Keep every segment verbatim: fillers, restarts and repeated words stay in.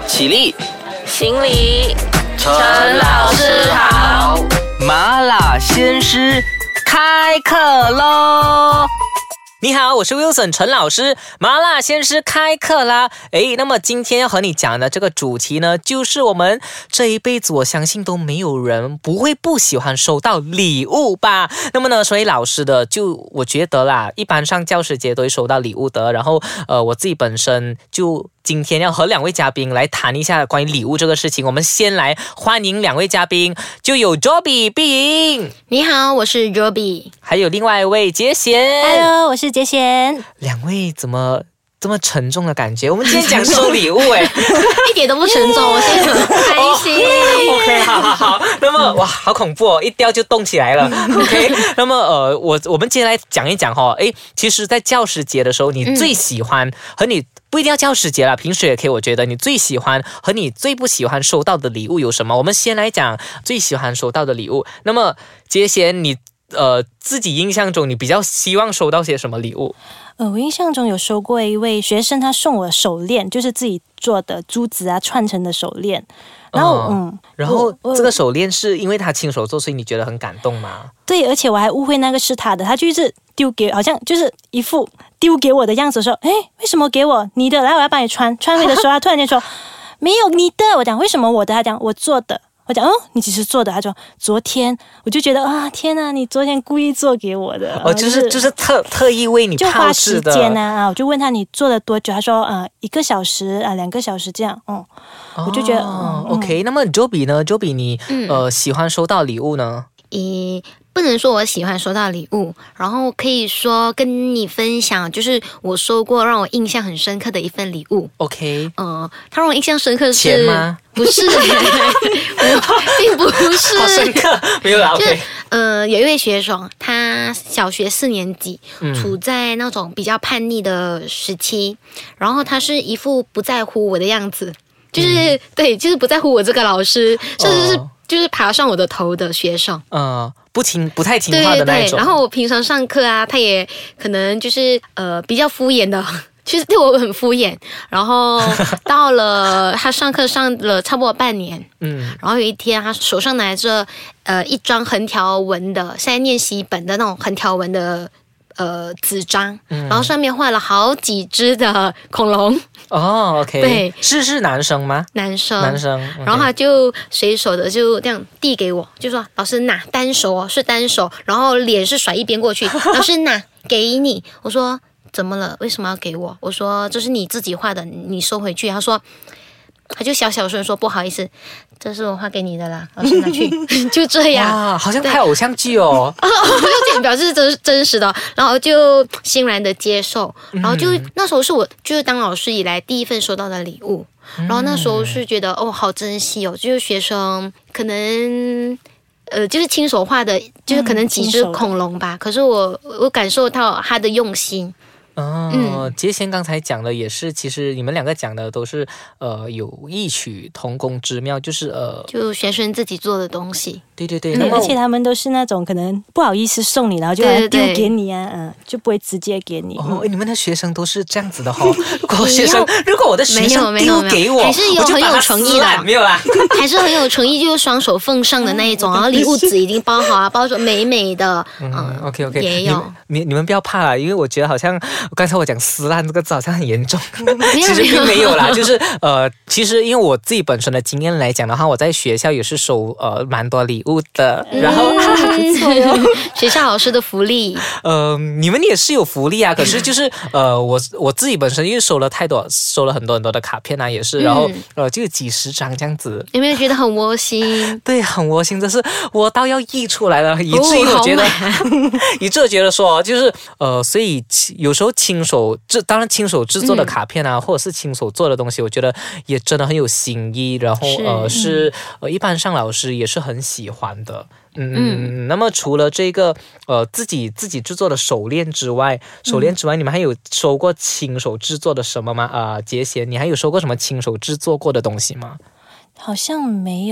起立， 行礼， 陈老师好。 麻辣鲜师开课喽！ 你好，我是 Wilson 陈老师，麻辣鲜师开课啦！诶，那么今天要和你讲的这个主题呢，就是我们这一辈子，我相信都没有人不会不喜欢收到礼物吧？那么呢，所以老师的就我觉得啦，一般上教师节都会收到礼物的。然后呃，我自己本身就今天要和两位嘉宾来谈一下关于礼物这个事情。我们先来欢迎两位嘉宾，就有 Joby 碧莹， 你好，我是 Joby， 还有另外一位杰贤。 Hello， 我是杰贤。 两位怎么这么沉重的感觉？我们今天讲收礼物哎， 一点都不沉重，我现在很开心。 哦、OK， 好好好。那么哇，好恐怖哦，一掉就动起来了。OK， 那么呃，我我们接下来讲一讲哈，诶，其实，在教师节的时候，你最喜欢、嗯、和你不一定要教师节啦，平时也可以。我觉得你最喜欢和你最不喜欢收到的礼物有什么？我们先来讲最喜欢收到的礼物。那么杰贤，你呃自己印象中，你比较希望收到些什么礼物？ 呃，我印象中有收过一位学生，他送我手链，就是自己做的珠子啊串成的手链。然后，嗯， 嗯然后这个手链是因为他亲手做，所以你觉得很感动吗？ 对，而且我还误会那个是他的，他就一直丢给，好像就是一副丢给我的样子，说，哎，为什么给我你的？来，我要帮你穿。穿回的时候，他突然间说，没有你的。我讲为什么我的？他讲我做的。我讲哦，你只是做的。他说昨天，我就觉得啊，天哪，你昨天故意做给我的。 哦，就是就是特特意为你就花时的间啊。我就问他你做了多久？他说呃一个小时啊，两个小时这样。嗯，哦、我就觉得、 嗯、OK。那么 Joby 呢 ？Joby 你、嗯、呃喜欢收到礼物呢？ 咦，不能说我喜欢收到礼物，然后可以说跟你分享，就是我收过让我印象很深刻的一份礼物。 OK， 嗯、呃，它让我印象深刻是钱吗？ 不是，并不是。 好深刻，没有啦。OK， 呃，有一位学生，他小学四年级， 嗯、 处在那种比较叛逆的时期，然后他是一副不在乎我的样子，就是、嗯、对，就是不在乎我这个老师，甚至是、哦。就是爬上我的头的学生， 嗯、呃，不听不太听话的那种。 对对对，然后我平常上课啊，他也可能就是呃比较敷衍的，就是对我很敷衍。然后到了他上课上了差不多半年，嗯，然后有一天他手上拿着呃一张横条纹的，现在念习本的那种横条纹的。呃，纸张，然后上面画了好几只的恐龙。 哦 ，OK， 对， 是是男生吗？ 男生， 男生。 然后他就随手的就这样递给我，就说：“老师拿，单手哦，是单手。”然后脸是甩一边过去，老师拿，给你。我说：“怎么了？为什么要给我？”我说：“这是你自己画的，你收回去。”他说。他就小小声说：“不好意思，这是我画给你的啦，老师拿去。”就这样， 哇，好像拍偶像剧哦。 就表示这是真实的，然后就欣然的接受，然后就、嗯、那时候是我就是当老师以来第一份收到的礼物，然后那时候是觉得哦好珍惜哦，就是学生可能呃就是亲手画的，就是可能几只恐龙吧，嗯、可是我我感受到他的用心。 哦，嗯，杰贤刚才讲的也是，其实你们两个讲的都是呃有异曲同工之妙，就是呃， 就学生自己做的东西。 对对对， 嗯、而且他们都是那种可能不好意思送你，然后就把它丢给你啊，嗯，就不会直接给你。 哦，你们的学生都是这样子的哈、哦。如果学生，如果我的学生丢给我， 还是有很有诚意的， 没有啦， 还是很有诚意，就是双手奉上的那一种，然后礼物纸已经包好啊，包着美美的。 嗯 ，OK OK， 也有。 你你们不要怕啦，因为我觉得好像刚才我讲撕烂这个字好像很严重，其实并没有啦，就是呃，其实因为我自己本身的经验来讲的话，我在学校也是收呃蛮多礼物的，然后、 嗯、不错哟，学校老师的福利。 呃，你们也是有福利啊，可是就是呃，我我自己本身因为收了太多，收了很多很多的卡片啊，也是，然后、嗯、呃就有几十张这样子， 有没有觉得很窝心？ 对，很窝心，真是我到要溢出来了，以至于我觉得，哦、以至于觉得说，就是呃，所以有时候亲手制，当然亲手制作的卡片啊，嗯、或者是亲手做的东西，我觉得也真的很有心意，然后是呃是呃一般上老师也是很喜欢的。嗯嗯，那么除了这个呃自己自己制作的手链之外，手链之外，你们还有收过亲手制作的什么吗？啊、呃，杰贤，你还有收过什么亲手制作过的东西吗？ 好像没有诶，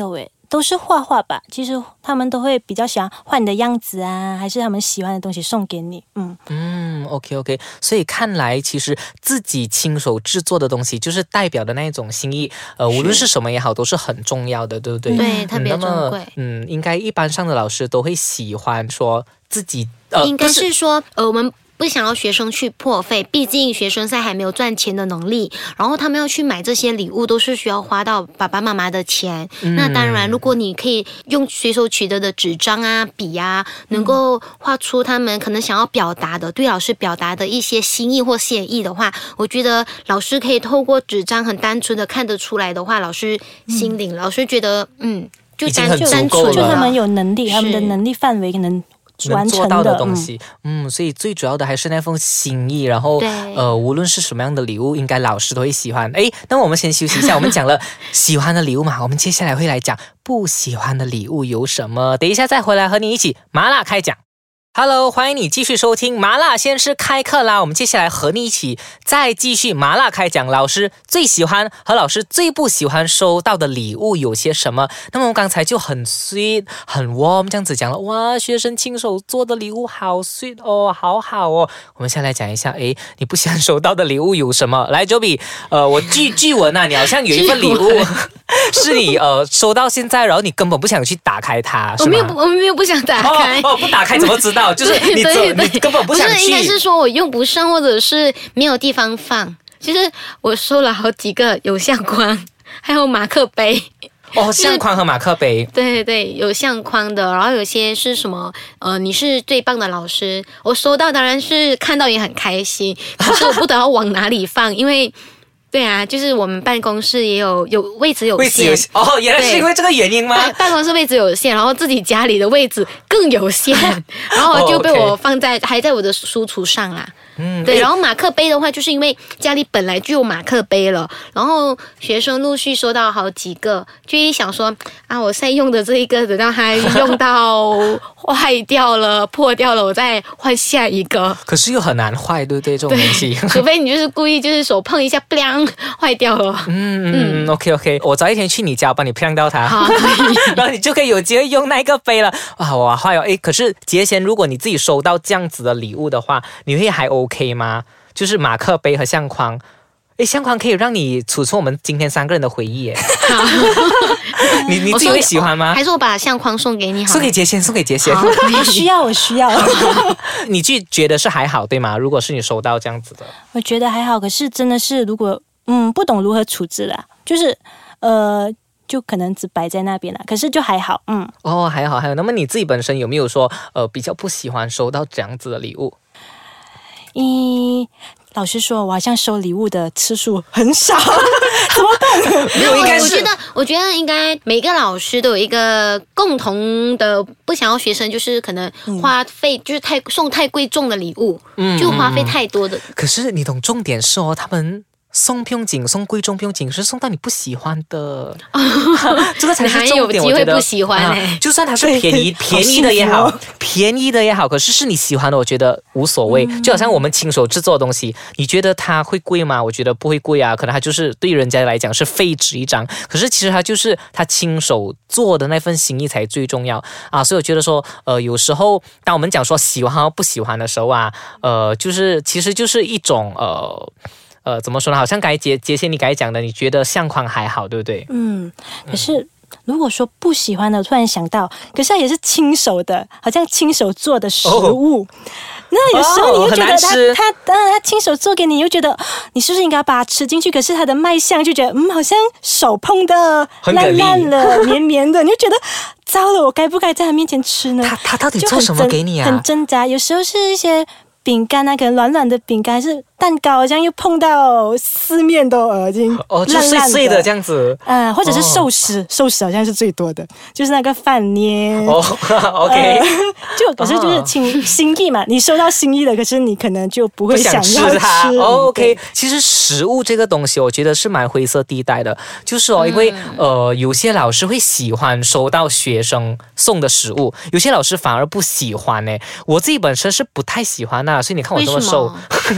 都是画画吧，其实他们都会比较喜欢画你的样子啊，还是他们喜欢的东西送给你。嗯嗯 ，OK OK， 所以看来其实自己亲手制作的东西，就是代表的那一种心意，呃，无论是什么也好，都是很重要的，对不对？ 对，特别珍贵。 嗯，应该一般上的老师都会喜欢说自己，呃， 应该是说，呃，我们。不想要学生去破费，毕竟学生在还没有赚钱的能力，然后他们要去买这些礼物，都是需要花到爸爸妈妈的钱。嗯、那当然，如果你可以用随手取得的纸张啊、笔啊，能够画出他们可能想要表达的、对老师表达的一些心意或谢意的话，我觉得老师可以透过纸张很单纯的看得出来的话，老师心领，嗯、老师觉得嗯，就单单纯， 就他们有能力，他们的能力范围可能。 能做到的东西，嗯, 嗯，所以最主要的还是那份心意，然后呃，无论是什么样的礼物，应该老师都会喜欢。诶，那么我们先休息一下，我们讲了喜欢的礼物嘛，我们接下来会来讲不喜欢的礼物有什么，等一下再回来和你一起麻辣开讲。Hello， 欢迎你继续收听麻辣鲜师开课啦！我们接下来和你一起再继续麻辣开讲，老师最喜欢和老师最不喜欢收到的礼物有些什么？那么我们刚才就很 sweet 很 warm 这样子讲了，哇，学生亲手做的礼物好 sweet 哦，好好哦。我们先来讲一下，诶，你不喜欢收到的礼物有什么？来 Joby， 呃，我据据闻啊，你好像有一份礼物是你呃收到现在，然后你根本不想去打开它，是吗？ 我没有，我没有不想打开。 哦，哦不打开怎么知道？就是你你根本不想去， 不是，应该是说我用不上，或者是没有地方放。其实我收了好几个，有相框，还有马克杯。 哦，相框和马克杯， 对对，有相框的，然后有些是什么？呃，你是最棒的老师，我收到当然是看到也很开心，可是我不知道往哪里放，因为。对啊，就是我们办公室也有有位置有限，位置有限哦，原来是因为这个原因吗？ 办办公室位置有限，然后自己家里的位置更有限，然后就被我放在、oh, okay. 还在我的书橱上啦。嗯，对，然后马克杯的话，就是因为家里本来就有马克杯了，然后学生陆续收到好几个，就一想说啊，我现在用的这一个，等到它用到坏掉了、破掉了，我再换下一个。 可是又很难坏，对不对？这种东西， 除非你就是故意就是手碰一下，砰，坏掉了。 嗯嗯 ，OK OK， 我早一天去你家帮你碰到它，好然后你就可以有机会用那个杯了。哇哇坏哦！哎，可是杰贤，如果你自己收到这样子的礼物的话，你会还 OK 吗？就是马克杯和相框。诶，相框可以让你储存我们今天三个人的回忆耶。你你自己会喜欢吗？ 还是我把相框送给你好？ 送给杰贤，送给杰贤。 我需要，我需要。 你就觉得是还好对吗？如果是你收到这样子的， 我觉得还好。可是真的是，如果嗯不懂如何处置啦，就是呃。就可能只摆在那边了，可是就还好，嗯。 哦，还好，还有。那么你自己本身有没有说，呃，比较不喜欢收到这样子的礼物？ 嗯，老实说，我好像收礼物的次数很少，怎么办？ 没有，应该是我觉得，我觉得应该每个老师都有一个共同的，不想要学生就是可能花费、嗯、就是太送太贵重的礼物，嗯，就花费太多的。 可是你懂重点是哦，他们。送不用紧，送贵重不用紧，是送到你不喜欢的，这个才是重点。 我觉得不喜欢、欸啊，就算它是便宜便宜的也好，便宜的也好，可是是你喜欢的，我觉得无所谓。嗯、就好像我们亲手制作的东西，你觉得它会贵吗？我觉得不会贵啊，可能它就是对人家来讲是废纸一张，可是其实它就是他亲手做的那份心意才最重要啊。所以我觉得说，呃，有时候当我们讲说喜欢和不喜欢的时候啊，呃，就是其实就是一种呃。呃，怎么说呢？好像该杰杰贤你该讲的，你觉得相框还好，对不对？嗯， 可是如果说不喜欢的，突然想到，可是它也是亲手的，好像亲手做的食物。哦、那有时候你又觉得他、哦、他当然他亲手做给你，又觉得你是不是应该把它吃进去？可是他的卖相就觉得，嗯，好像手碰的烂烂了、绵绵的，你就觉得糟了，我该不该在他面前吃呢？ 他他到底做什么给你啊？ 很挣扎，有时候是一些。饼干啊，可能软软的饼干，还是蛋糕，这样又碰到四面都已经烂烂的哦，就碎碎的这样子， 呃，或者是寿司，哦、寿司好像是最多的，就是那个饭捏哦 ，OK，、呃、 就可是就是心心意嘛，你收到心意的，可是你可能就不会想要吃它。 哦、OK， 其实食物这个东西，我觉得是蛮灰色地带的，就是哦，因为、嗯、呃，有些老师会喜欢收到学生送的食物，有些老师反而不喜欢呢。我自己本身是不太喜欢那。所以你看我这么瘦， 我就是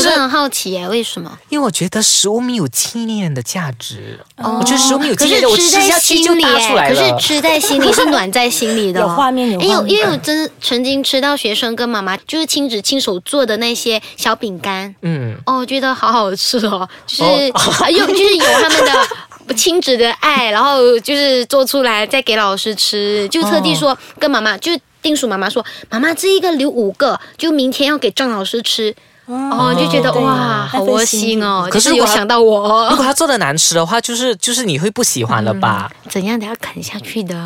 是很好奇耶，为什么？ 因为我觉得食物没有纪念的价值。 哦我觉得食物没有纪念的，我吃下去就大出来了。 可是吃在心里是暖在心里的、哦， 有画面有画面。 因为因为我真曾经吃到学生跟妈妈就是亲自亲手做的那些小饼干，嗯，哦，我觉得好好吃哦，就是有、哦、就是有他们的亲子的爱，然后就是做出来再给老师吃，就特地说跟妈妈就。定数妈妈说：“妈妈，这一个留五个，就明天要给张老师吃。”哦，就觉得哇，好窝心哦！可是有想到我， 如果他做的难吃的话，就是就是你会不喜欢了吧？ 嗯、怎样都要啃下去的。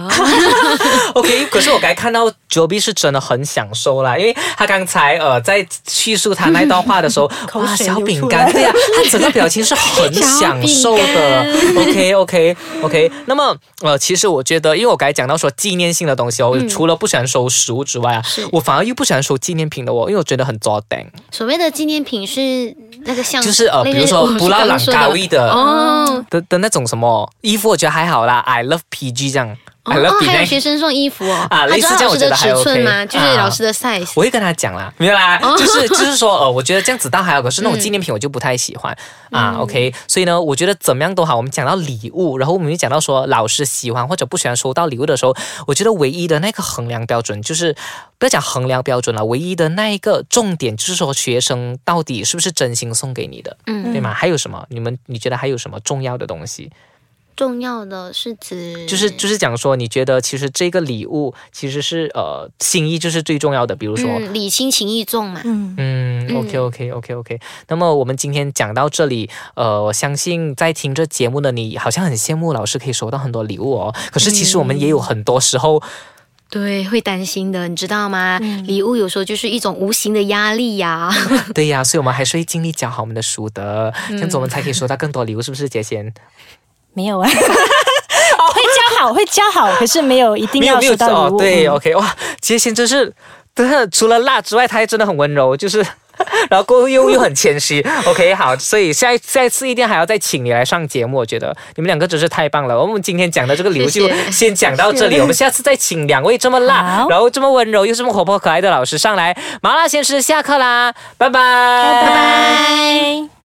OK， 可是我刚看到 Joby 是真的很享受啦，因为他刚才呃在叙述他那段话的时候，哇，小饼干，对呀、啊，他整个表情是很享受的。OK OK OK， 那么呃，其实我觉得，因为我刚才讲到说纪念性的东西哦，嗯、除了不喜欢收食物之外啊，我反而又不喜欢收纪念品的哦，因为我觉得很糟蛋。 所谓的纪念品是那个像， 就是呃，比如说布拉朗高一的哦的的那种什么衣服，我觉得还好啦。I love P G 这样。 哦, 哦，还有学生送衣服哦， 啊，类似这样我觉得还 OK 吗？就是老师的 size，、啊、 我会跟他讲啦，没有啦，哦、就是就是说，呃，我觉得这样子倒还好，可是那种纪念品我就不太喜欢、嗯、啊。OK， 所以呢，我觉得怎么样都好。我们讲到礼物，然后我们就讲到说老师喜欢或者不喜欢收到礼物的时候，我觉得唯一的那个衡量标准就是不要讲衡量标准了，唯一的那一个重点就是说学生到底是不是真心送给你的，嗯，对吗？还有什么？你们你觉得还有什么重要的东西？ 重要的是指就是就是讲说，你觉得其实这个礼物其实是呃心意就是最重要的，比如说、 嗯、礼轻情意重嘛。 嗯嗯 ，OK OK OK OK。那么我们今天讲到这里，呃，我相信在听这节目的你，好像很羡慕老师可以收到很多礼物哦。可是其实我们也有很多时候。嗯对，会担心的，你知道吗？嗯、礼物有时候就是一种无形的压力呀。 对呀，所以我们还是会尽力教好我们的淑德，这样子我们才可以收到更多礼物，是不是，杰贤？ 没有啊，会教好，会教好，可是没有一定要收到礼物。 哦、对、嗯、，OK， 哇，杰贤真是，真的除了辣之外，他还真的很温柔，就是。然后过后又又很谦虚 ，OK 好，所以下一下一次一定还要再请你来上节目，我觉得你们两个真是太棒了。我们今天讲的这个礼物就先讲到这里，我们下次再请两位这么辣，然后这么温柔又这么活泼可爱的老师上来。麻辣鲜师下课啦，拜拜， 拜拜。